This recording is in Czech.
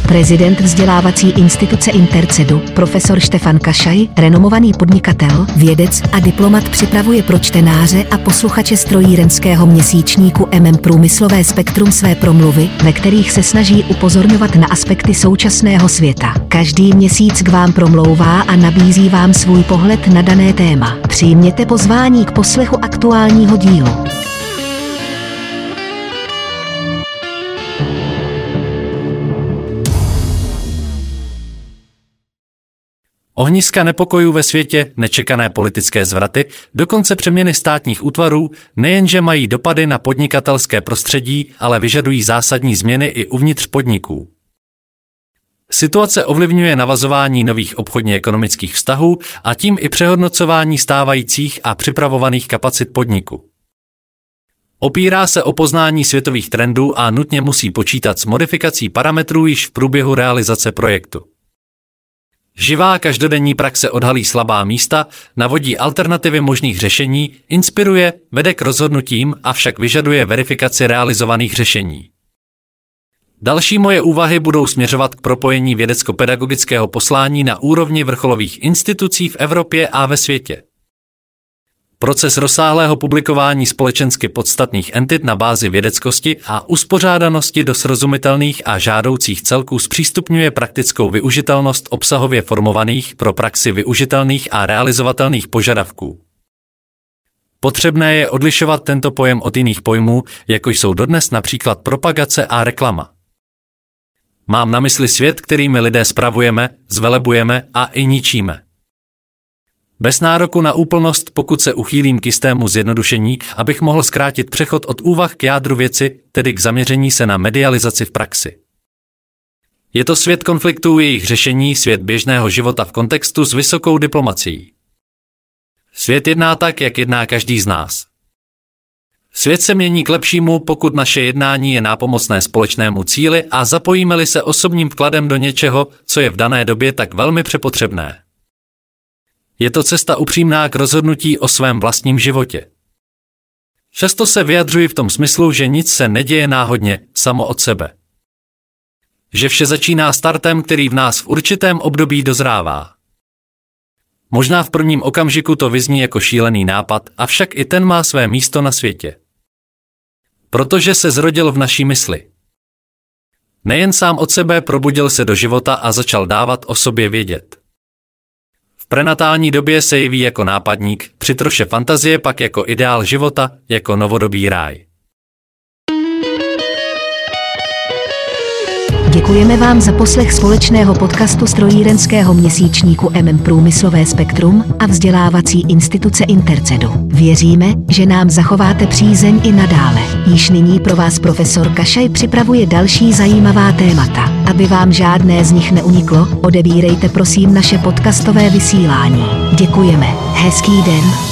Prezident vzdělávací instituce Intercedu, profesor Štefan Kašaj, renomovaný podnikatel, vědec a diplomat, připravuje pro čtenáře a posluchače strojírenského měsíčníku Průmyslové spektrum své promluvy, ve kterých se snaží upozorňovat na aspekty současného světa. Každý měsíc k vám promlouvá a nabízí vám svůj pohled na dané téma. Přijměte pozvání k poslechu aktuálního dílu. Ohniska nepokojů ve světě, nečekané politické zvraty, dokonce přeměny státních útvarů nejenže mají dopady na podnikatelské prostředí, ale vyžadují zásadní změny i uvnitř podniků. Situace ovlivňuje navazování nových obchodně-ekonomických vztahů a tím i přehodnocování stávajících a připravovaných kapacit podniku. Opírá se o poznání světových trendů a nutně musí počítat s modifikací parametrů již v průběhu realizace projektu. Živá každodenní praxe odhalí slabá místa, navodí alternativy možných řešení, inspiruje, vede k rozhodnutím, avšak vyžaduje verifikaci realizovaných řešení. Další moje úvahy budou směřovat k propojení vědecko-pedagogického poslání na úrovni vrcholových institucí v Evropě a ve světě. Proces rozsáhlého publikování společensky podstatných entit na bázi vědeckosti a uspořádanosti do srozumitelných a žádoucích celků zpřístupňuje praktickou využitelnost obsahově formovaných pro praxi využitelných a realizovatelných požadavků. Potřebné je odlišovat tento pojem od jiných pojmů, jako jsou dodnes například propagace a reklama. Mám na mysli svět, kterými lidé spravujeme, zvelebujeme a i ničíme. Bez nároku na úplnost, pokud se uchýlím k jistému zjednodušení, abych mohl zkrátit přechod od úvah k jádru věci, tedy k zaměření se na medializaci v praxi. Je to svět konfliktů, jejich řešení, svět běžného života v kontextu s vysokou diplomacií. Svět jedná tak, jak jedná každý z nás. Svět se mění k lepšímu, pokud naše jednání je nápomocné společnému cíli a zapojíme-li se osobním vkladem do něčeho, co je v dané době tak velmi přepotřebné. Je to cesta upřímná k rozhodnutí o svém vlastním životě. Často se vyjadřuji v tom smyslu, že nic se neděje náhodně, samo od sebe. Že vše začíná startem, který v nás v určitém období dozrává. Možná v prvním okamžiku to vyzní jako šílený nápad, avšak i ten má své místo na světě. Protože se zrodil v naší mysli. Nejen sám od sebe, probudil se do života a začal dávat o sobě vědět. V prenatální době se jeví jako nápadník, při troše fantazie pak jako ideál života, jako novodobý ráj. Děkujeme vám za poslech společného podcastu strojírenského měsíčníku Průmyslové spektrum a vzdělávací instituce Intercedu. Věříme, že nám zachováte přízeň i nadále. Již nyní pro vás profesor Kašaj připravuje další zajímavá témata. Aby vám žádné z nich neuniklo, odebírejte prosím naše podcastové vysílání. Děkujeme. Hezký den.